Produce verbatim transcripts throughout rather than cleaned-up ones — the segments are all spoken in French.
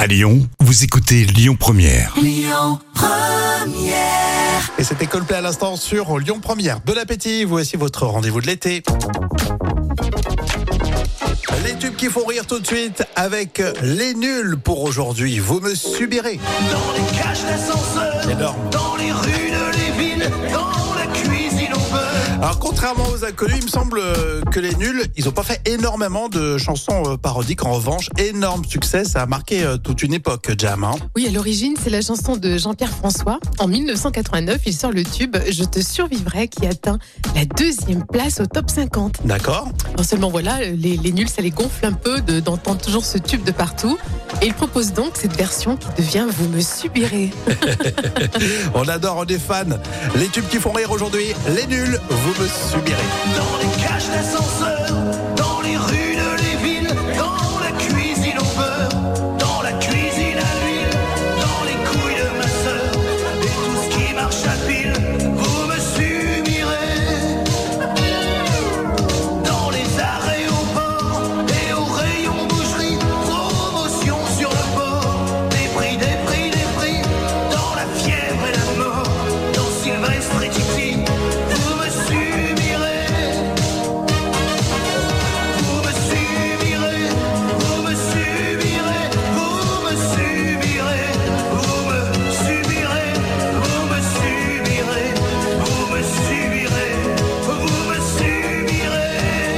À Lyon, vous écoutez Lyon Première. Lyon Première. Et c'était Coldplay à l'instant sur Lyon Première. Bon appétit, voici votre rendez-vous de l'été. Les tubes qui font rire tout de suite avec les nuls pour aujourd'hui. Vous me subirez. Dans les cages d'ascenseur, Énorme. dans les rues de les villes, dans la cuisine au beurre. Alors contrairement aux inconnus, il me semble que les nuls, ils n'ont pas fait énormément de chansons parodiques. En revanche, énorme succès, ça a marqué toute une époque, Jam. Hein. Oui, à l'origine, c'est la chanson de Jean-Pierre François. En dix-neuf cent quatre-vingt-neuf, il sort le tube « Je te survivrai » qui atteint la deuxième place au top cinquante. D'accord. Non seulement voilà, les, les nuls, ça les gonfle un peu de, d'entendre toujours ce tube de partout. Et il propose donc cette version qui devient « Vous me subirez ». On adore, on est fans. Les tubes qui font rire aujourd'hui, les nuls, vous me subirez. Dans les cages d'ascenseur, dans les rues de les villes, dans la cuisine au beurre, dans la cuisine à l'huile, dans les couilles de ma sœur, et tout ce qui marche à pile, vous me subirez. Dans les arrêts au port et au rayon boucherie, promotion sur le port, des prix, des prix, des prix, dans la fièvre et la mort, dans Sylvestre et Titi, vous me subirez. Vous me subirez, vous me subirez, vous me subirez, vous me subirez, vous me subirez, vous me subirez, vous me subirez.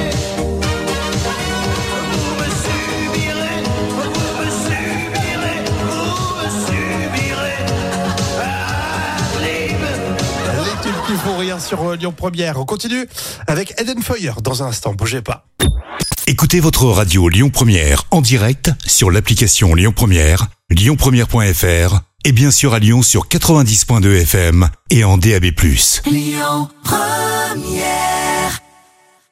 Vous me subirez, vous me subirez, vous me subirez. Ah, libre. Les tubes qui font rire sur Lyon Première. On continue avec Eden Feuer dans un instant, bougez pas. Écoutez votre radio Lyon Première en direct sur l'application Lyon Première, lyon première point f r et bien sûr à Lyon sur quatre-vingt-dix point deux F M et en D A B plus. Lyon Première.